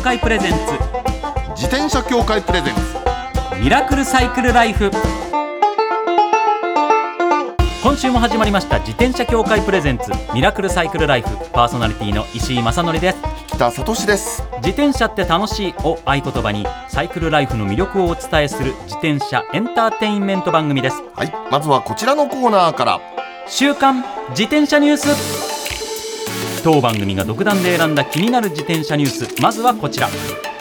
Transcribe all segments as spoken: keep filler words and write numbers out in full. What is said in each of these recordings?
会プレゼンツ自転車協会プレゼンツミラクルサイクルライフ。今週も始まりました自転車協会プレゼンツミラクルサイクルライフ。パーソナリティの石井正則です。 北里志です。 自転車って楽しいを合言葉にサイクルライフの魅力をお伝えする自転車エンターテインメント番組です。 はい、まずはこちらのコーナーから。 週刊自転車ニュース。当番組が独断で選んだ気になる自転車ニュース、まずはこちら。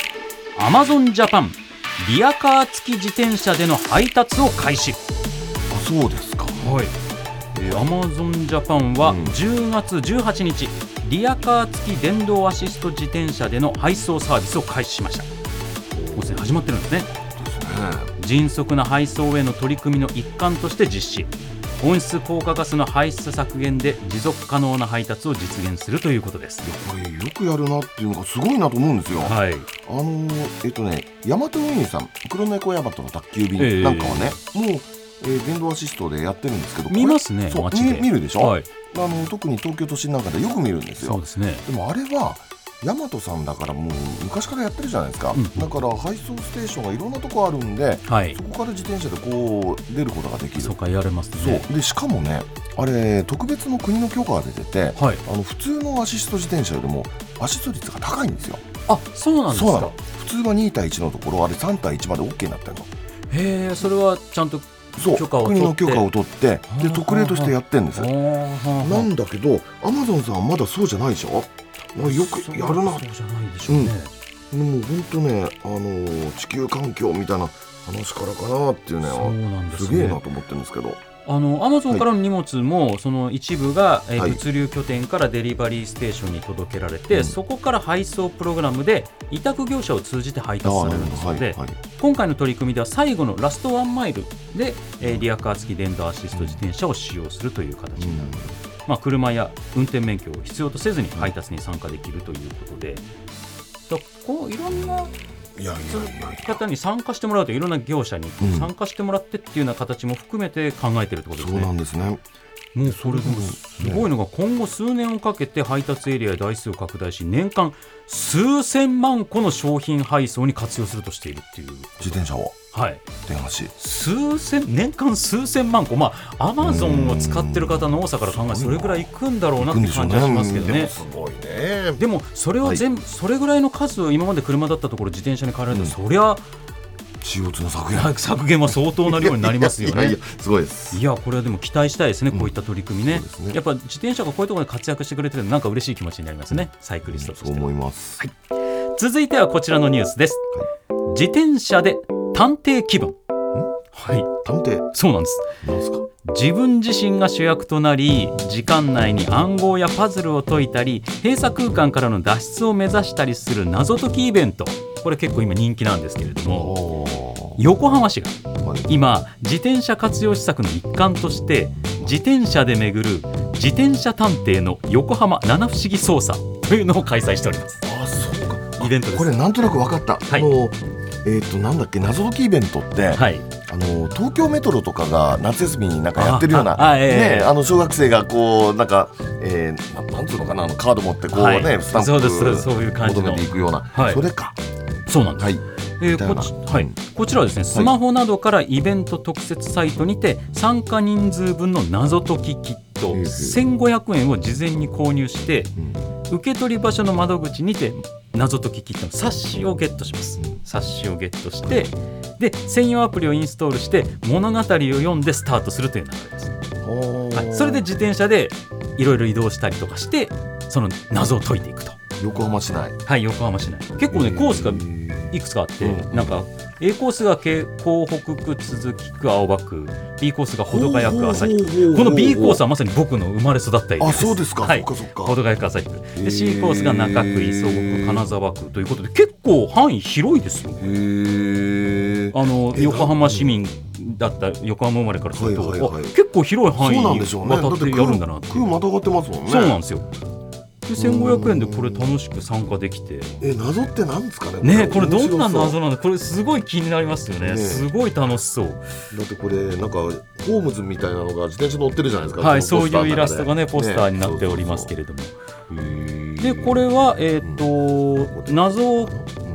Amazon Japan リアカー付き自転車での配達を開始。 あ、そうですか。 はい、えー、Amazon Japan はじゅうがつじゅうはちにち、うん、リアカー付き電動アシスト自転車での配送サービスを開始しました。もうすでに始まってるんですね。ですね。迅速な配送への取り組みの一環として実施。温室効果ガスの排出削減で持続可能な配達を実現するということです。 いや、これよくやるなっていうのがすごいなと思うんですよ。 はい、 あのー、えっとねヤマト運輸さん、黒猫ヤマトの宅急便なんかはね、えー、もう、えー、電動アシストでやってるんですけど、 見ますね。 そう街で見, 見るでしょ、はい、あの特に東京都心なんかでよく見るんですよ。 そうですね。 でもあれはヤマトさんだからもう昔からやってるじゃないですか、うんうん、だから配送ステーションがいろんなとこあるんで、はい、そこから自転車でこう出ることができる。 そうか、やれますね。 そうで、しかもね、あれ特別の国の許可が出てて、はい、あの普通のアシスト自転車よりもアシスト率が高いんですよ。 あ、そうなんですか。 そうなの。普通はにたいいちのところ、あれさんたいいちまで OK になってるの。 へえ、それはちゃんとそう許可を取って、 国の許可を取ってで特例としてやってるんです。なんだけどアマゾンさんはまだそうじゃないでしょ。よくやるな。 そうじゃないでしょうね。 うん、もう本当ね、あのー、地球環境みたいな話からかなっていうね。そうなんですね。すげえなと思ってるんですけど、 あのアマゾンからの荷物も、はい、その一部が、えーはい、物流拠点からデリバリーステーションに届けられて、うん、そこから配送プログラムで委託業者を通じて配達されるんですので、はいはい、今回の取り組みでは最後のラストワンマイルで、えー、リアカー付き電動アシスト自転車を使用するという形になる、うん、まあ、車や運転免許を必要とせずに配達に参加できるということで、だこういろんないやいやいやいや方に参加してもらうと、いろんな業者に参加してもらってっていうような形も含めて考えてるってことですね。 そうなんですね。 もうそれでもすごいのが、今後数年をかけて配達エリアや台数を拡大し、年間数千万個の商品配送に活用するとしているっていう。 自転車を、はい、電話し数千年間数千万個、まあアマゾンを使ってる方の多さから考え、それぐらいいくんだろうなって感じはしますけどね。 でもすごいね。 でもそれを全部、はい、それぐらいの数を今まで車だったところ自転車に変えられると、うん、そりゃシーオーツー の削減削減は相当な量になりますよね。いやいやいや、 すごいです。 いや、これはでも期待したいですね、うん、こういった取り組み ね, ねやっぱ自転車がこういうところで活躍してくれてるの、なんか嬉しい気持ちになりますね、サイクリストとして。 そう思います、はい、 続いてはこちらのニュースです、はい、自転車で探偵気分。はい、 探偵。 そうなんです。 なんですか。 自分自身が主役となり、時間内に暗号やパズルを解いたり、閉鎖空間からの脱出を目指したりする謎解きイベント。これ結構今人気なんですけれども、横浜市が今自転車活用施策の一環として、自転車で巡る自転車探偵の横浜七不思議捜査というのを開催しております。 あ、そうか。 イベントです。 これなんとなく分かった、はい、あのえー、となんだっけ、謎解きイベントって、はい、あの東京メトロとかが夏休みになんかやってるような、ああ、えーね、あの小学生がこうなんか、えー、な, なんつうのかな、あのカード持ってこう、ね、はい、スタンプそうですそうです、そういう感じの求めていくような、はい、それか。 そうなんです、はい、えー、こ, ち、はい、こちらはですね、スマホなどからイベント特設サイトにて参加人数分の謎解きキットせんごひゃくえんを事前に購入して、うん、受け取り場所の窓口にて謎解きキットの冊子をゲットします。冊子をゲットして、で専用アプリをインストールして物語を読んでスタートするという流れです、はい、それで自転車でいろいろ移動したりとかして、その謎を解いていくと。 横浜市内。 はい、横浜市内結構ね、コースがいくつかあって、うん、なんか A コースが京北区、都筑区、青葉区、 B コースが保土ヶ谷区、旭区。この B コースはまさに僕の生まれ育ったエリアです。 あ、そうですか、はい、そっかそっか。 保土ヶ谷区、旭区で、 C コースが中区、磯子区、金沢区ということで、結構範囲広いですよ。へあの横浜市民だった横浜生まれからすると、はいはいはい、結構広い範囲に渡ってやるんだなって。 区またがってますもんね。 そうなんですよ。でせんごひゃくえんでこれ楽しく参加できて、 え謎って何ですかね。 ね、これどんな謎なんだ、これすごい気になりますよ ね, ね。すごい楽しそう。 だってこれなんかホームズみたいなのが自転車乗ってるじゃないですか。 はい、そういうイラストがねポスターになっておりますけれども、ね、そうそうそう。でこれは、えーとうん、謎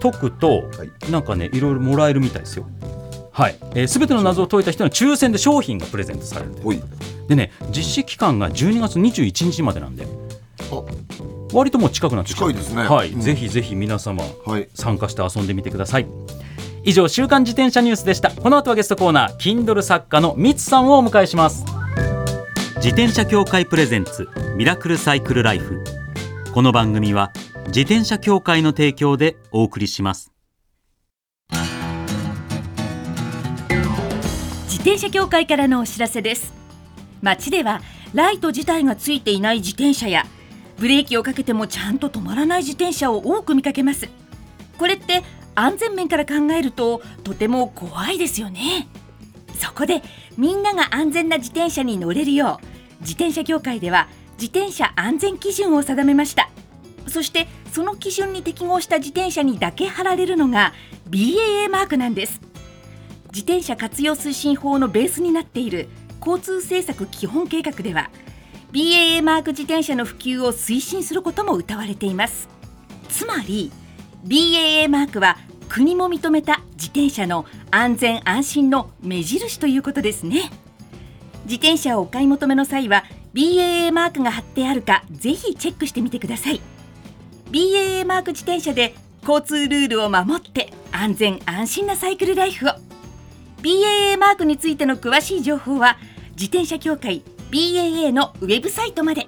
解くと、はい、なんかねいろいろもらえるみたいですよ。はい、えー、全ての謎を解いた人には抽選で商品がプレゼントされるんで、でね実施期間がじゅうにがつにじゅういちにちまでなんで、あ割ともう近くなってきた。 近いですね。 はい、 うん、 ぜひぜひ皆様、はい、参加して遊んでみてください。以上週刊自転車ニュースでした。この後はゲストコーナー Kindle 作家のミツさんをお迎えします。自転車協会プレゼンツミラクルサイクルライフ。この番組は自転車協会の提供でお送りします。 自転車協会からのお知らせです。街ではライト自体がついていない自転車やブレーキをかけてもちゃんと止まらない自転車を多く見かけます。これって安全面から考えるととても怖いですよね。そこでみんなが安全な自転車に乗れるよう自転車協会では自転車安全基準を定めました。そしてその基準に適合した自転車にだけ貼られるのが ビーエーエー マークなんです。自転車活用推進法のベースになっている交通政策基本計画では ビーエーエー マーク自転車の普及を推進することも謳われています。つまり ビーエーエー マークは国も認めた自転車の安全安心の目印ということですね。自転車をお買い求めの際は ビーエーエー マークが貼ってあるかぜひチェックしてみてください。 ビーエーエー マーク自転車で交通ルールを守って安全安心なサイクルライフを。 ビーエーエー マークについての詳しい情報は自転車協会 ビーエーエー のウェブサイトまで。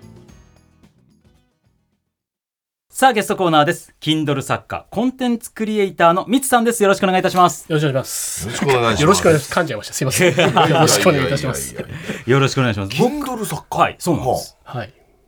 さあゲストコーナーです。 Kindle 作家コンテンツクリエイターのミツさんです。よろしくお願いいたします。 よろしくお願いします。 よろしくお願いします。 よろしくお願いします。噛んじゃいました。すいません。よろしくお願いいたします。 よろしくお願いします。 Kindle 作家。 はい、そうなんです。 はい。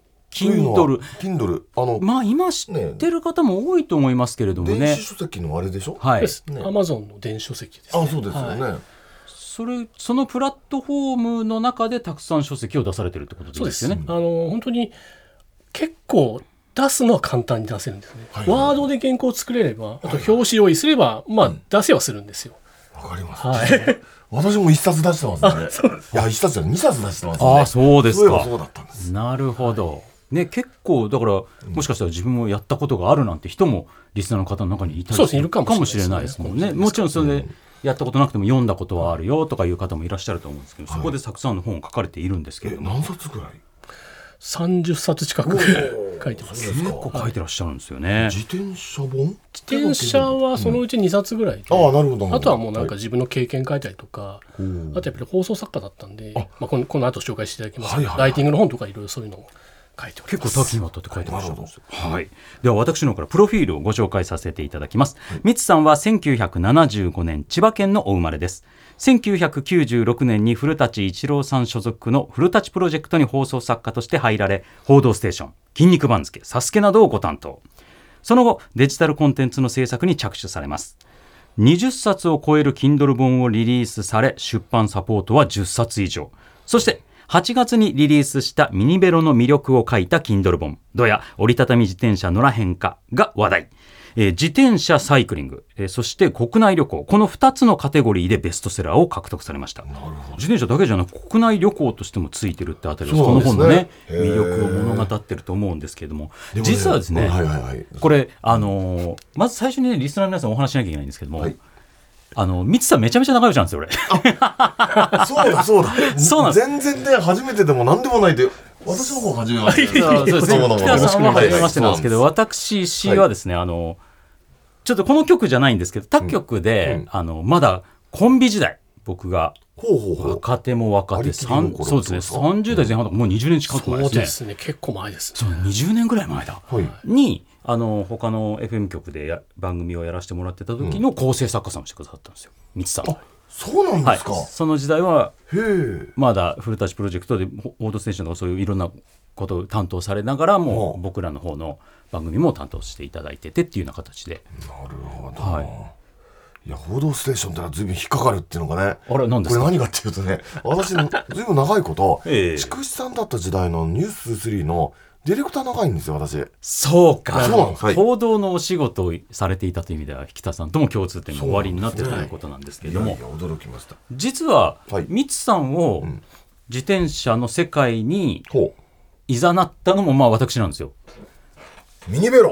Kindle Kindle あのまあ今知ってる方も多いと思いますけれどもね。 電子書籍のあれでしょ。 はい。 アマゾンの電子書籍です、ね。 あ、そうですよね。はい、 それそのプラットフォームの中でたくさん書籍を出されてるってことですよね。 そうです。あの本当に結構出すのは簡単に出せるんですね。はいはい、ワードで原稿を作れれば、あと表紙用意すれば、まあ出せはするんですよ。 わかります。はい。私も一冊出してますね。そうです。いや一冊じゃ二冊出してますね。 あ、そうですか。 そうだったんです。 なるほど。ね、結構だからもしかしたら自分もやったことがあるなんて人もリスナーの方の中にいたりするかもしれないですもんね。もちろんそれでやったことなくても読んだことはあるよとかいう方もいらっしゃると思うんですけど、そこでたくさんの本を書かれているんですけれども、 何冊ぐらい？ さんじゅっさつ近く書いてます。 結構書いてらっしゃるんですよね。 自転車本？ 自転車はそのうちにさつぐらいで、 うん、ああなるほど。 あとはもうなんか自分の経験書いたりとか、はい、あとやっぱり放送作家だったんで、あ、まあ、このこの後紹介していただきますけど、はいはいはい、ライティングの本とかいろいろそういうのを書いております。 結構多岐にわたって書いてらっしゃるんですよ。はい、では私の方からプロフィールをご紹介させていただきます。ミツさんはせんきゅうひゃくななじゅうごねん千葉県のお生まれです。せんきゅうひゃくきゅうじゅうろくねんに古舘一郎さん所属の古舘プロジェクトに放送作家として入られ、報道ステーション、筋肉番付、サスケなどをご担当。その後デジタルコンテンツの制作に着手されます。にじゅっさつを超える Kindle 本をリリースされ、出版サポートはじゅっさつ以上。そしてはちがつにリリースしたミニベロの魅力を書いた Kindle 本、どや折りたたみ自転車野良変化が話題。えー、自転車サイクリング、えー、そして国内旅行、このふたつのカテゴリーでベストセラーを獲得されました。なるほど。自転車だけじゃなく国内旅行としてもついてるってあたりは、この本のね魅力を物語ってると思うんですけれども、ね、実はですね、はいはいはい、これあのー、まず最初にねリスナーの皆さんお話ししなきゃいけないんですけども、はい、あのミツさんめちゃめちゃ仲良しなんですよ俺。 そうだそうだそうなんです。 全然ね初めてでも何でもないで、私の方初めまして。 そうですね。北さんは初めましてなんですけど、私 C はですね、はい、あのちょっとこの局じゃないんですけど他局で、うんうん、あのまだコンビ時代僕がほうほうほう若手も若手そうですねさんじゅうだいぜん半とかもうにじゅうねん近く前ですね。 そうですね、結構前です、ね、 そうにじゅうねんぐらい前だ、はい、にあの他の エフエム 局でや番組をやらせてもらってた時の構成作家さんをしてくださったんですよ、ミツさん。 あ、そうなんですか、 はい、その時代はまだ古舘プロジェクトで報道ステーションとかそういういろんなことを担当されながらも、うん、僕らの方の番組も担当していただいててっていうような形で。 なるほど、はい、いや報道ステーションってのは随分引っかかるっていうのがね。 あれ何ですか。 これ何かっていうとね、私随分長いこと筑紫さんだった時代のニューススリーのディレクター長いんですよ私。 そうか、 そうなんです、はい、 報道のお仕事をされていたという意味では引田さんとも共通点が終わりになっているということなんですけれども、 いやいや驚きました。 実は、はい、ミツさんを自転車の世界にいざなったのもまあ私なんですよ。 ミニベロ。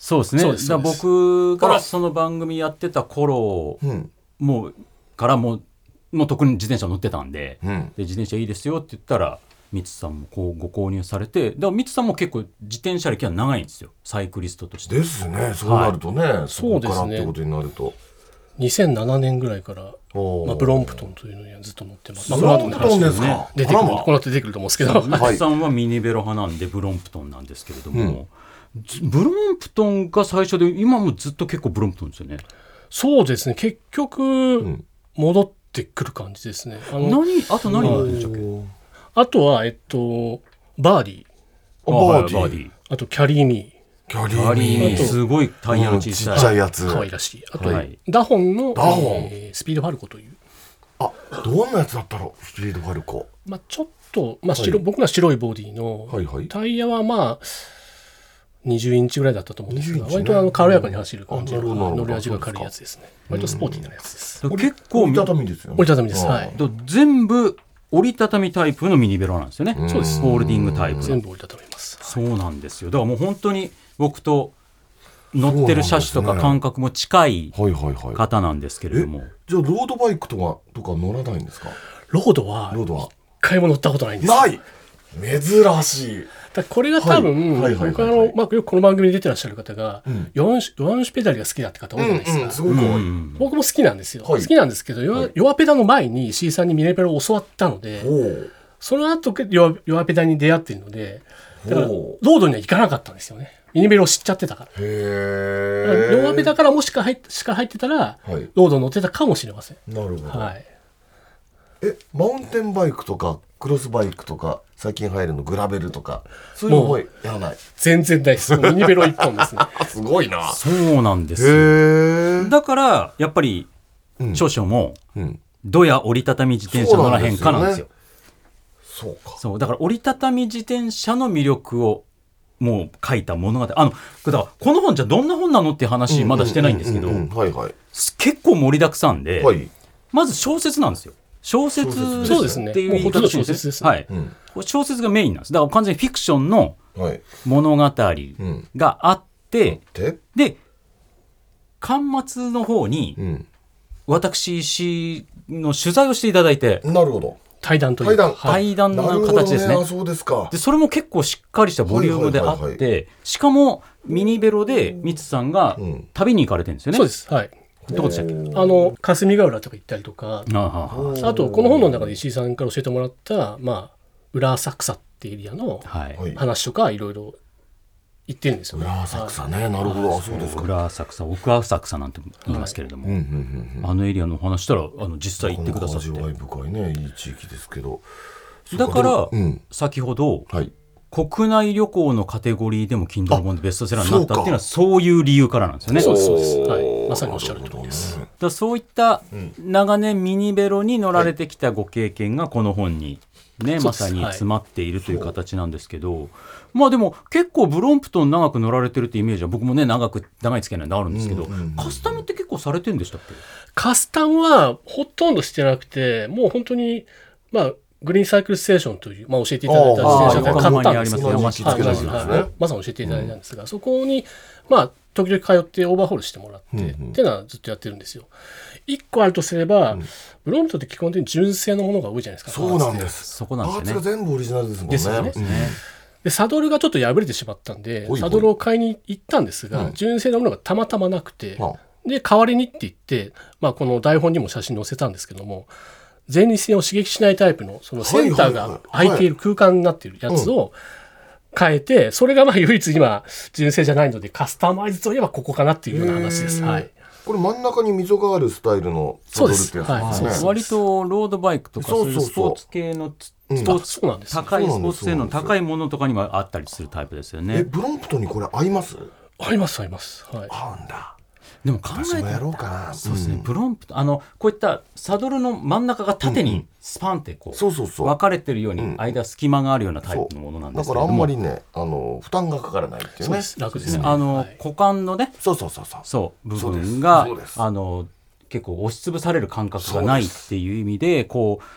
そうですね。だ僕がその番組やってた頃、うん、もうからもうもう特に自転車乗ってたんで、うん、で自転車いいですよって言ったらミツさんもこうご購入されて、だからミツさんも結構自転車歴は長いんですよ、サイクリストとして。 ですね。そうなるとね、はい、そこからってことになるとにせんななねんぐらいから、まあ、ブロンプトンというのにはずっと乗ってます。 ブロンプトンですか。 出てくる、この後出てくると思うんですけど、 ミツさんはミニベロ派なんでブロンプトンなんですけれども、うん、ブロンプトンが最初で、今もずっと結構ブロンプトンですよね。 そうですね、結局、うん、戻ってくる感じですね。 あの何あと何があるんでしたっけ。 あとは、えっと、バーディー、 あ、バーディー、バーディー、 あとキャリーミー、 キャリーミー、 すごいタイヤの小さい、 ちっちゃいやつ、 可愛らしい。あと、はい、ダホンのダホン、 えー、スピードファルコという。 あ、どんなやつだったろう、スピードファルコ。 まあ、ちょっと、まあ白はい、僕のは白いボディの、 はいはい、 タイヤはまあにじゅうインチぐらいだったと思うんですが、ね、割とあの軽やかに走る感じの乗り味が軽いやつですね。割とスポーティーなやつです。 結構折りたたみですよね。 折りたたみです。はい。 全部折りたたみタイプのミニベロなんですよね。 そうです。 ホールディングタイプ。 全部折りたたみます。 そうなんですよ。だからもう本当に僕と乗ってる車種とか感覚も近い方なんですけれども。 じゃあロードバイクとかとか乗らないんですか。 ロードはロードは一回も乗ったことないんです。 ない。珍しい。 だこれが多分、僕あの、まあ、よくこの番組に出てらっしゃる方が、うん、よん種ペダルが好きだって方多いじゃないですか。うんうん、すごい多い、うん、僕も好きなんですよ。はい、好きなんですけど、弱、弱ペダの前に C さんにミニペダルを教わったので、その後弱、弱ペダに出会っているので、だからロードには行かなかったんですよね。ミニベルを知っちゃってたから。 へー。弱ペダからもしか入っ、しか入ってたら、はい、ロード乗ってたかもしれません。 なるほど。 はい。 え、マウンテンバイクとかクロスバイクとか最近入るのグラベルとかそういうのもやらない。 全然ないです。ミニベロ一本ですね。 すごいな。 そうなんですよ。だからやっぱり少々も、うんうん、どや折りたたみ自転車乗らへんかなんですよ。 そうか。 そうだから折りたたみ自転車の魅力をもう書いた物語。あのだからこの本じゃどんな本なのっていう話まだしてないんですけど、結構盛りだくさんで、はい、まず小説なんですよ。小説っていう言い方小説です、 ね、はい、うん、小説がメインなんです。だから完全にフィクションの物語があって、うん、で巻末の方に、うん、私石の取材をしていただいて、 なるほど、 対談という対談対談の形ですね。 そうですか。 でそれも結構しっかりしたボリュームであって、はいはいはいはい、しかもミニベロでミツさんが旅に行かれてるんですよね。 そうです、はい。どこでしたっけ。あの霞ヶ浦とか行ったりとか、あ, あとこの本の中で石井さんから教えてもらった、まあ、裏浅草っていうエリアの話とかいろいろ言ってるんですよね。 裏浅草ね、なるほど。あ、そうですか。 裏浅草、奥浅草なんて言いますけれども、はい、うんうんうん、あのエリアのお話したらあの実際行ってくださって、 味わい深いね、いい地域ですけど、 だから、うん、先ほど、はい、国内旅行のカテゴリーでも Kindle 本でベストセラーになったっていうのはそういう理由からなんですよね。 そうですそうです、はい、まさにおっしゃる通りです。 だそういった長年ミニベロに乗られてきたご経験がこの本に、ね、はい、まさに詰まっているという形なんですけど、はい、まあでも結構ブロンプトン長く乗られてるってイメージは僕もね長く長い付き合いにあるんですけど、うんうんうん、カスタムって結構されてるんでしたっけ。 カスタムはほとんどしてなくて、もう本当にまあグリーンサイクルステーションという、まあ、教えていただいた自転車が買ったんですけど、まさに教えていただいたんですが、うん、そこに、まあ、時々通ってオーバーホールしてもらって、うんうん、っていうのはずっとやってるんですよ。一個あるとすれば、うん、ブロンプトンって基本的に純正のものが多いじゃないですか。 そうなんです。 そこなんですよね。 パーツが全部オリジナルですもんね。 ですよね。うん、でサドルがちょっと破れてしまったんで、ほいほいサドルを買いに行ったんですが、うん、純正のものがたまたまなくて、うん、で代わりにって言って、まあ、この台本にも写真載せたんですけども、前立腺を刺激しないタイプのそのセンターが空いている空間になっているやつを変えて、それがまあ唯一今純正じゃないのでカスタマイズといえばここかなっていうような話です。はい、 これ真ん中に溝があるスタイルのサドルってやつですね。 そうです、はい、割とロードバイクとかそういうスポーツ系のスポーツ、うん、高いスポーツ性の高いものとかにもあったりするタイプですよね。 え、ブロンプトンにこれ合います？ 合います合います、はい、 合うんだ。 でも考えてやろうかな。 そうですね、うん、ブロンプあのこういったサドルの真ん中が縦にスパンってこう、そうそうそう分かれてるように間隙間があるようなタイプのものなんですけども、 だからあんまりねあの負担がかからないっていうね。そうです、 楽ですね。あの、はい、股間のねそうそうそうそうそう部分があの結構押しつぶされる感覚がないっていう意味でこう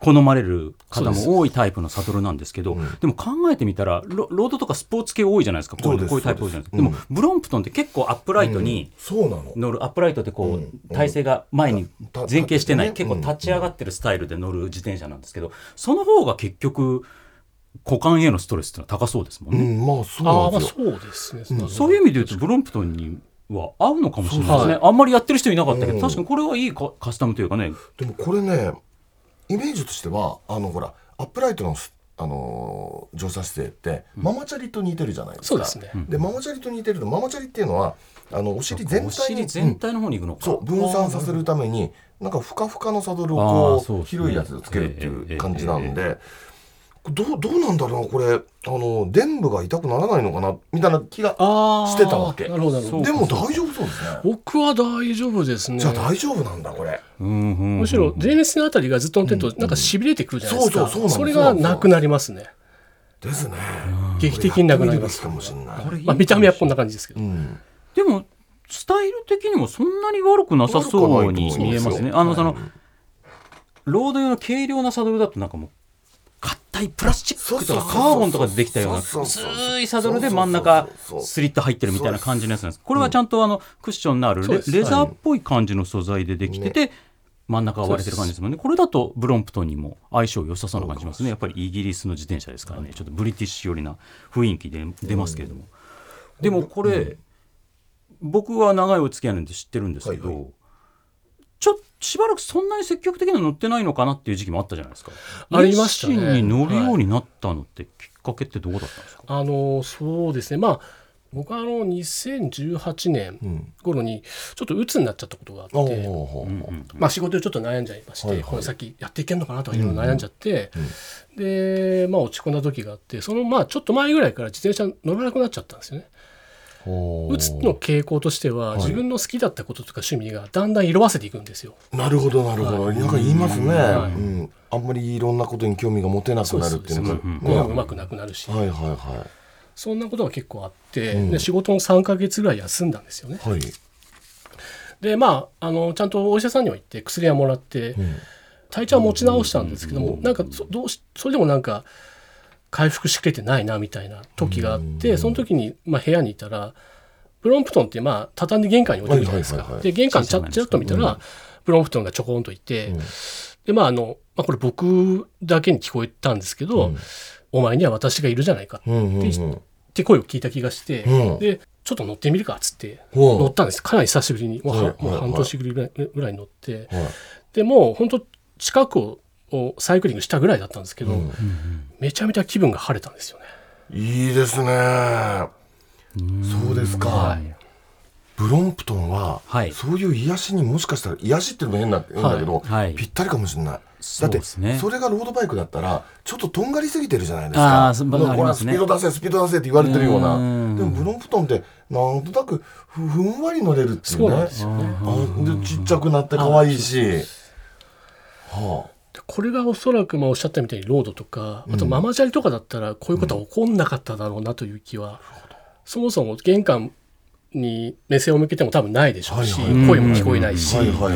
好まれる方も多いタイプのサドルなんですけど、で, でも考えてみたら ロ, ロードとかスポーツ系多いじゃないですか。こういうこういうタイプ多いじゃないですか。でも、うん、ブロンプトンって結構アップライトに乗る、うん、アップライトってこう、うん、体勢が前に前傾してない、うん、結構立ち上がってるスタイルで乗る自転車なんですけど、その方が結局股間へのストレスってのは高そうですもんね。 うん、まあそうなんですよ。 あ、まあ、そうですね、 うん、そういう意味で言うとブロンプトンには合うのかもしれないですね。あんまりやってる人いなかったけど、うん、確かにこれはいいカスタムというかね。 でもこれね、イメージとしてはあのほらアップライトの、あのー、乗車姿勢って、うん、ママチャリと似てるじゃないですか。 そうですね。 でママチャリと似てると、ママチャリっていうのはあのお尻全体にお尻全体の方に行くのか、 うん、そう分散させるためになんかふかふかのサドルをこう、ね、広いやつでつけるっていう感じなんで、えーえーえーどう、どうなんだろうなこれ、あの臀部が痛くならないのかなみたいな気がしてたわけ。 なるほどなるほど。 でも大丈夫そうですね。 僕は大丈夫ですね。 じゃあ大丈夫なんだこれ。 うんうんうん、 むしろ前列のあたりがずっと乗ってるとなんかしびれてくるじゃないですか。そうそうそう、それがなくなりますね。 ですね。 劇的になくなります。 かもしれない。 まあ見た目はこんな感じですけど。うん、 でもスタイル的にもそんなに悪くなさそうに見えますね。あのその、はい、ロード用の軽量なサドルだとなんかもう硬いプラスチックとかカーボンとかでできたような薄いサドルで真ん中スリット入ってるみたいな感じのやつなんです。これはちゃんとあのクッションのある レ, レザーっぽい感じの素材でできてて、ね、真ん中が割れてる感じですもんね。これだとブロンプトンにも相性良さそうな感じしますね。やっぱりイギリスの自転車ですからね、ちょっとブリティッシュ寄りな雰囲気で出ますけれども、でもこれ僕は長いお付き合いなんで知ってるんですけど、はいはい、ちょっとしばらくそんなに積極的に乗ってないのかなっていう時期もあったじゃないですか。 ありましたね。 熱心に乗るようになったのってきっかけってどうだったんですか。 はい、あのそうですね、まあ僕はあのにせんじゅうはちねん頃にちょっと鬱になっちゃったことがあって、うんまあ、仕事でちょっと悩んじゃいまして、はいはい、この先やっていけんのかなとかいろいろ悩んじゃって、うんうん、で、まあ、落ち込んだ時があって、そのまあちょっと前ぐらいから自転車乗らなくなっちゃったんですよね。うつの傾向としては、はい、自分の好きだったこととか趣味がだんだん色あせていくんですよ。 なるほどなるほど、はい、なんか言いますね、はいうん、あんまりいろんなことに興味が持てなくなるっていうのがご飯うまくなくなるし、 はいはいはい、 そんなことが結構あって、うん、で仕事もさんかげつぐらい休んだんですよね、はい、でまあ、あのちゃんとお医者さんには行って薬はもらって、うん、体調は持ち直したんですけども、うん、なんか そ, どうしそれでもなんか回復しきれてないなみたいな時があって、その時に、まあ、部屋にいたらブロンプトンってまあ畳んで玄関に置いてるじゃないですか、はいはいはいはい、で玄関ちゃっちゃっと見たら、うん、ブロンプトンがちょこんといて、うん、でまああの、まあ、これ僕だけに聞こえたんですけど、うん、お前には私がいるじゃないかって、うんうんうん、って声を聞いた気がして、うん、でちょっと乗ってみるかっつって乗ったんです。かなり久しぶりにもう、はいはいはい、もう半年ぶりぐらい、ぐらい乗って、はい、でもう本当近くををサイクリングしたぐらいだったんですけど、うん、めちゃめちゃ気分が晴れたんですよね。 いいですね。そうですか、はい、ブロンプトンは、はい、そういう癒しにもしかしたら癒しっていうのも変な変だけど、はい、ぴったりかもしれない。だって そ,、ね、それがロードバイクだったらちょっととんがりすぎてるじゃないですか。あ、まあありますね、スピード出せスピード出せって言われてるような。でもブロンプトンってなんとなく ふ, ふんわり乗れるっていうね。そうなんですよね。あでちっちゃくなって可愛いし、はあこれがおそらくまあおっしゃったみたいにロードとかあとママチャリとかだったらこういうことは起こんなかっただろうなという気は、うん、そもそも玄関に目線を向けても多分ないでしょうし、はいはい、声も聞こえないし、はいはいはい、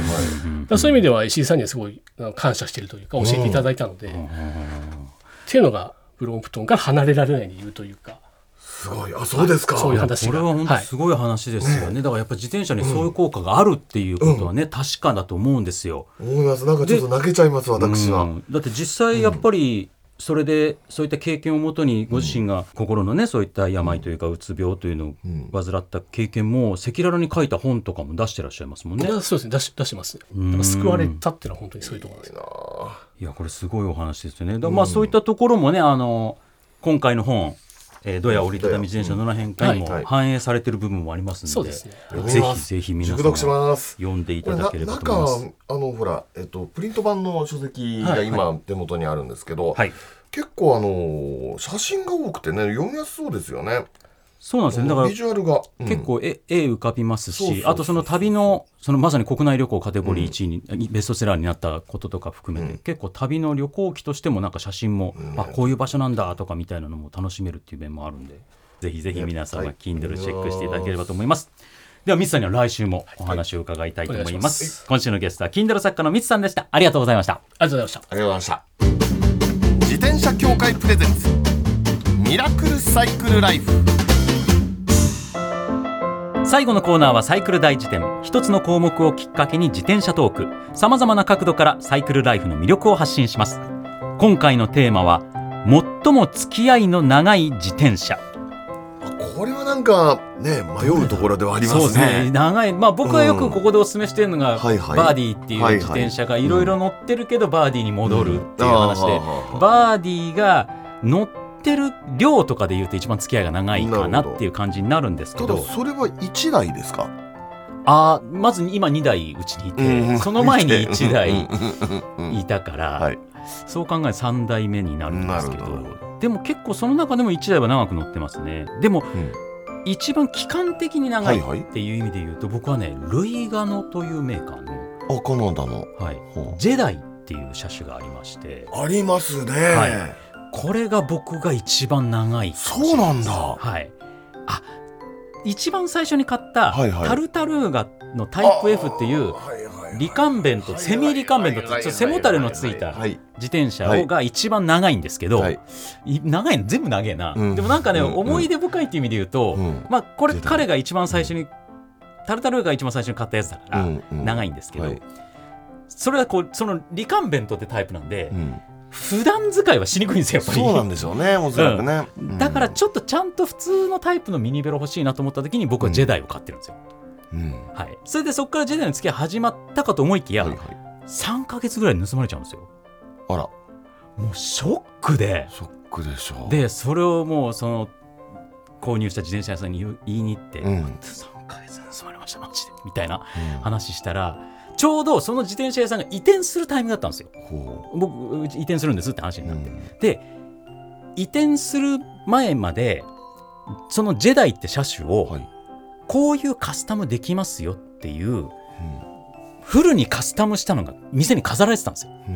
そういう意味では石井さんにはすごい感謝しているというか教えていただいたので、うん、っていうのがブロンプトンから離れられない理由というか。 すごい。あ、そうですか。 そういう話がこれは本当すごい話ですよね、はい、だからやっぱり自転車にそういう効果があるっていうことはね、うん、確かだと思うんですよ。 思います。なんかちょっと泣けちゃいます私は、うん、 だって実際やっぱりそれでそういった経験をもとにご自身が心のねそういった病というかうつ病というのを患った経験も赤裸々に書いた本とかも出してらっしゃいますもんね。 そうですね、出し、出します。だから救われたっていうのは本当にそういうところです。いいな。 いやこれすごいお話ですよね。だからまあそういったところもね、あの今回の本えー、ドヤ折りたたみ自転車の変化にも反映されている部分もありますので、うんはい、ぜひぜひ皆さん読んでいただければと思います。 なんかあのほら、えっと、プリント版の書籍が今手元にあるんですけど、はいはい、結構あの写真が多くてね読みやすそうですよね。 そうなんですね。だからビジュアルが、 うん、結構絵浮かびますし、そうそうそうそう、あとその旅のそのまさに国内旅行カテゴリーいちいに、うん、ベストセラーになったこととか含めて、うん、結構旅の旅行記としてもなんか写真も、うん、あこういう場所なんだとかみたいなのも楽しめるっていう面もあるんで、ぜひぜひ皆さんは Kindle チェックしていただければと思います。ではミツさんには来週もお話を伺いたいと思います。はい、今週のゲストは Kindle 作家のミツさんでした。ありがとうございました。 ありがとうございました。 ありがとうございました。 自転車協会プレゼンツミラクルサイクルライフ。 最後のコーナーはサイクル大辞典。一つの項目をきっかけに自転車トーク、さまざまな角度からサイクルライフの魅力を発信します。今回のテーマは最も付き合いの長い自転車。 これはなんかね迷うところではありますね。 そうですね、長い、まあ、僕がよくここでお勧めしているのが、うんはいはい、バーディーっていう自転車がいろいろ乗ってるけど、うん、バーディーに戻るっていう話で、うん、バーディーが乗ってる量とかでいうと一番付き合いが長いかなっていう感じになるんですけど。 ただそれはいちだいですか？ あ、まず今にだいうちにいて、うん、その前にいちだいいたから、はい、そう考えさんだいめになるんですけど、でも結構その中でもいちだいは長く乗ってますね。でも、うん、一番期間的に長いっていう意味で言うと、はいはい、僕はねルイガノというメーカーのあカナダの、 はい、ジェダイっていう車種がありまして。 ありますね、 はい、これが僕が一番長い。 そうなんだ。 はい。あ、一番最初に買った、はいはい、タルタルーガのタイプ F っていうリカンベント、セミリカンベントって背もたれのついた自転車が一番長いんですけど、はい、長いの全部長いな、うん、でもなんかね、うん、思い出深いっていう意味で言うと、うん、まあこれ彼が一番最初にタルタルーガが一番最初に買ったやつだから長いんですけど、うんうんはい、それはこうそのリカンベントってタイプなんで、うん普段使いはしにくいんですよやっぱり。 そうなんでしょうねおそらくね、 うん、だからちょっとちゃんと普通のタイプのミニベロ欲しいなと思った時に僕はジェダイを買ってるんですよ、うんはい、それでそこからジェダイの付き合い始まったかと思いきや、はいはい、さんかげつぐらい盗まれちゃうんですよ。 あらもうショックでショックでしょう。 でそれをもうその購入した自転車屋さんに言いに行って、うん、さんかげつ盗まれましたマジでみたいな話したら、うんちょうどその自転車屋さんが移転するタイミングだったんですよ。僕移転するんですって話になって、うん、で移転する前までそのジェダイって車種を、はい、こういうカスタムできますよっていう、うん、フルにカスタムしたのが店に飾られてたんですよ、うん、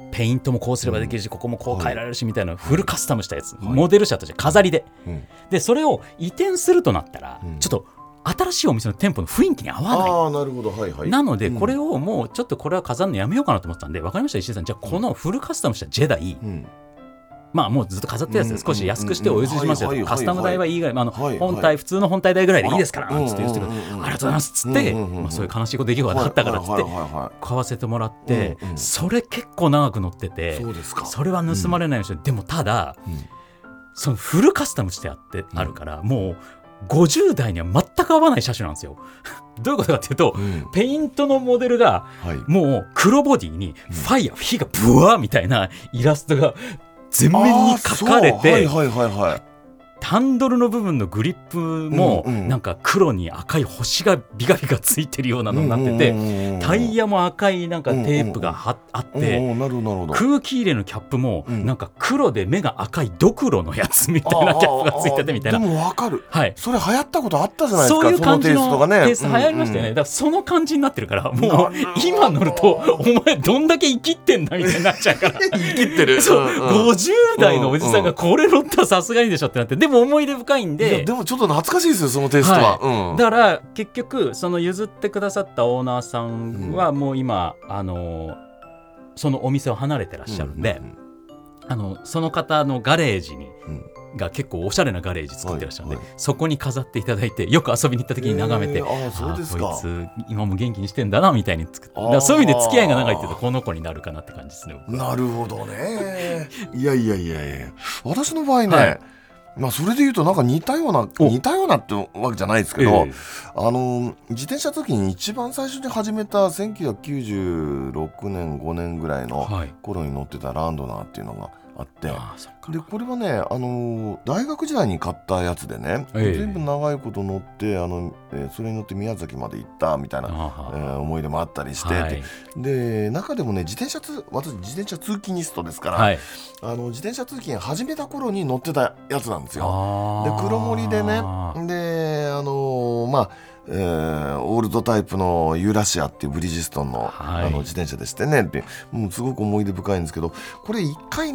ペイントもこうすればできるし、うん、ここもこう変えられるしみたいなフルカスタムしたやつ、はい、モデル車として飾りで、うん、でそれを移転するとなったら、うん、ちょっと新しいお店の店舗の雰囲気に合わない。 あなるほど、はいはい、 なのでこれをもうちょっとこれは飾るのやめようかなと思ってたんで、分かりました石井さん、じゃあこのフルカスタムしたジェダイ、うん、まあもうずっと飾ってるやつで少し安くしてお譲りしますよと、カスタム代はいいぐらい、まあ、あの本体普通の本体代ぐらいでいいですからなんつって言ってる、ありがとうございますっつって、まあ、そういう悲しいことできることがあったからっつって買わせてもらって、それ結構長く乗ってて、 そうですか、 それは盗まれないようにして、でもただそのフルカスタムしてあってあるからもうごじゅう代には全く合わない車種なんですよ。どういうことかっていうと、うん、ペイントのモデルがもう黒ボディにファイヤー、火がブワーみたいなイラストが全面に描かれて、はいはいはいはい、ハンドルの部分のグリップもなんか黒に赤い星がビカビカついてるようなのになってて、タイヤも赤いなんかテープがはあって、空気入れのキャップもなんか黒で目が赤いドクロのやつみたいなキャップがついててみたいな。 でも分かる、 はい、 それ流行ったことあったじゃないですか。 そういう感じのそのテイストがね、 テイスト流行りましたよね、うんうん、だからその感じになってるからもう今乗るとお前どんだけ生きってんだみたいになっちゃうから生きってる、 そう、うんうん、ごじゅう代のおじさんがこれ乗ったらさすがにでしょってなって、でも思い出深いんで、 いやでもちょっと懐かしいですよそのテイストは、 はいうん、だから結局その譲ってくださったオーナーさんはもう今、うん、あのそのお店を離れてらっしゃるんで、うんうんうん、あのその方のガレージに、うん、が結構おしゃれなガレージ作ってらっしゃるんで、はいはい、そこに飾っていただいてよく遊びに行った時に眺めて、えー、あそうですか、あこいつ今も元気にしてんだなみたいに作って、だからそういう意味で付き合いが長いっていうとこの子になるかなって感じですね。 なるほどねいやいやいやいや私の場合ね、はいまあ、それでいうとなんか似たような似たようなってわけじゃないですけど、えー、あの自転車通勤一番最初に始めたせんきゅうひゃくきゅうじゅうろくねんごねんぐらいの頃に乗ってたランドナーっていうのがあって、あでこれはね、あの大学時代に買ったやつでね、えー、全部長いこと乗ってあの、えー、それに乗って宮崎まで行ったみたいな、えー、思い出もあったりして、はい、で中でもね自転車通私自転車通勤ニストですから、はい、あの自転車通勤始めた頃に乗ってたやつなんですよ。で黒森でね、であのー、まあえー、オールドタイプのユーラシアっていうブリヂストン の,、はい、あの自転車でしてね、でもうすごく思い出深いんですけど、これ一回ね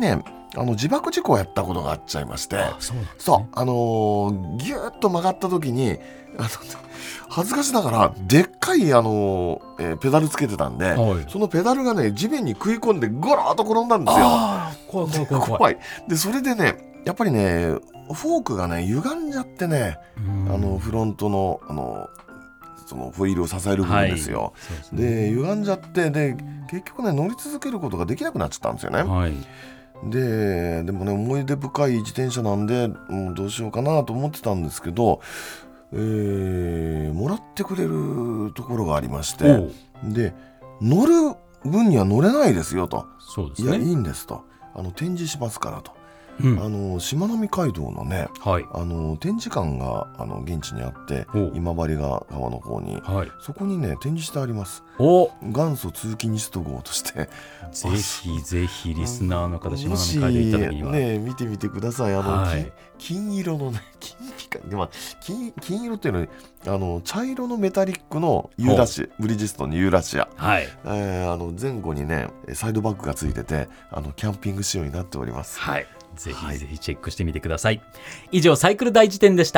あの自爆事故をやったことがあっちゃいまして、 あそうなんですね、 そうあのー、ギューッと曲がった時にあの恥ずかしながらでっかい、あのーえー、ペダルつけてたんで、はい、そのペダルがね地面に食い込んでゴローっと転んだんですよ。 あ怖い怖い怖い怖い怖いでそれでねやっぱりねフォークがね歪んじゃってね、あのフロントのあのそのホイールを支える部分ですよ、はい、で, で歪んじゃってで結局ね乗り続けることができなくなっちゃったんですよね、はい、で, でもね思い出深い自転車なんで、うん、どうしようかなと思ってたんですけど、えー、もらってくれるところがありまして、で乗る分には乗れないですよと。 そうですね、 いやいいんですと、あの展示しますからと、うん、あのしまなみ海道のね、はい、あの展示館があの現地にあって今治川の方に、はい、そこにね展示してあります。お元祖通勤ニスト号としてぜひぜひリスナーの方しまなみ海道行った時にはね見てみてください。あの、はい、金色のね 金, まあ、金, 金色っていうのにあの茶色のメタリックのユーラシブリヂストンにユーラシア、はい、えー、あの前後にねサイドバッグがついててあのキャンピング仕様になっております。 はい、ぜひぜひチェックしてみてください、はい、以上サイクル大辞典でした。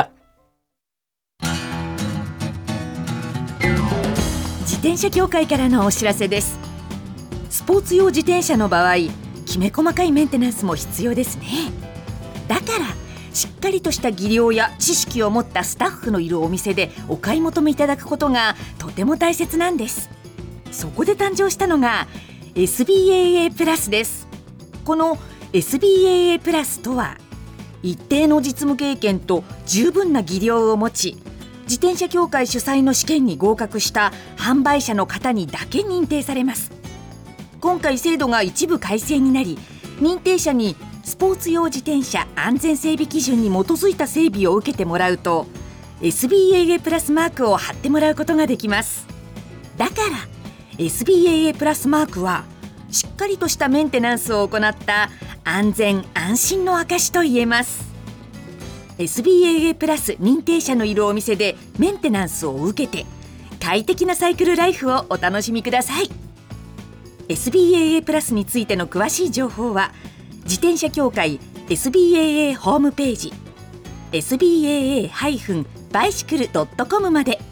自転車協会からのお知らせです。スポーツ用自転車の場合、きめ細かいメンテナンスも必要ですね。だからしっかりとした技量や知識を持ったスタッフのいるお店でお買い求めいただくことがとても大切なんです。そこで誕生したのが エスビーエーエー プラスです。この エスビーエーエー プラスとは一定の実務経験と十分な技量を持ち、自転車協会主催の試験に合格した販売者の方にだけ認定されます。今回制度が一部改正になり、認定者にスポーツ用自転車安全整備基準に基づいた整備を受けてもらうと エスビーエーエー プラスマークを貼ってもらうことができます。だから エスビーエーエー プラスマークはしっかりとしたメンテナンスを行った安全安心の証と言えます。 エスビーエーエー プラス認定者のいるお店でメンテナンスを受けて快適なサイクルライフをお楽しみください。 エスビーエーエー プラスについての詳しい情報は自転車協会 エスビーエーエー ホームページ エスビーエーエー バイシクル ドットコム まで。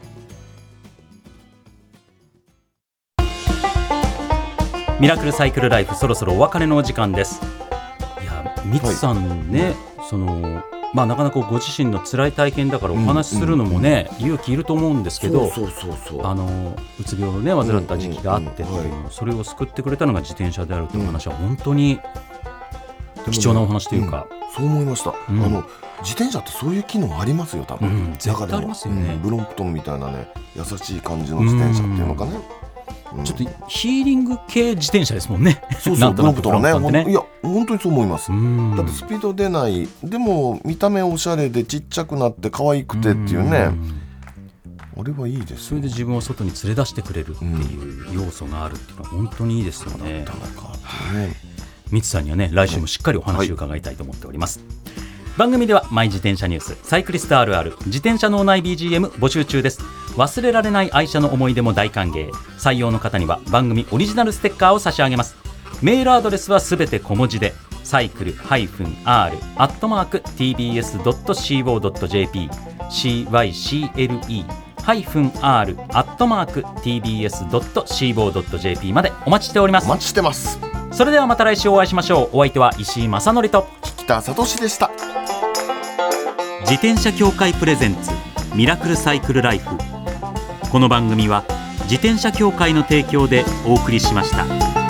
ミラクルサイクルライフ、そろそろお別れのお時間です。いや、ミツさんね、はい、そのまあ、なかなかご自身の辛い体験だからお話しするのもね、うんうん、勇気いると思うんですけど、あのうつ病をね患った時期があってっていうの、うんうんうん、それを救ってくれたのが自転車であるという話は本当に貴重なお話というか、 うん、そう思いました、うん、あの自転車ってそういう機能ありますよ多分、うん、 絶対ありますよね、 うん、ブロンプトンみたいなね優しい感じの自転車っていうのかね、 うん、ちょっとヒーリング系自転車ですもんね。 そうそうブロンプトンね、ねいや本当にそう思います。だってスピード出ないでも見た目おしゃれでちっちゃくなって可愛くてっていうね、あれはいいですよ。 それで自分を外に連れ出してくれるっていう要素があるっていうのは本当にいいですよね。ミツさんにはね来週もしっかりお話を伺いたいと思っております、はい。番組ではマイ自転車ニュース、サイクリストあるある、自転車脳内 ビージーエム 募集中です。忘れられない愛車の思い出も大歓迎。採用の方には番組オリジナルステッカーを差し上げます。メールアドレスはすべて小文字でサイクル -アール アットマーク ティービーエス ドット シーオー ドット ジェーピー シーワイシーエルイー アール アットマーク ティービーエス ドット シーオー ドット ジェーピー までお待ちしております。 お待ちしてます。 それではまた来週お会いしましょう。お相手は石井正則と北里志でした。 自転車協会プレゼンツミラクルサイクルライフ。この番組は自転車協会の提供でお送りしました。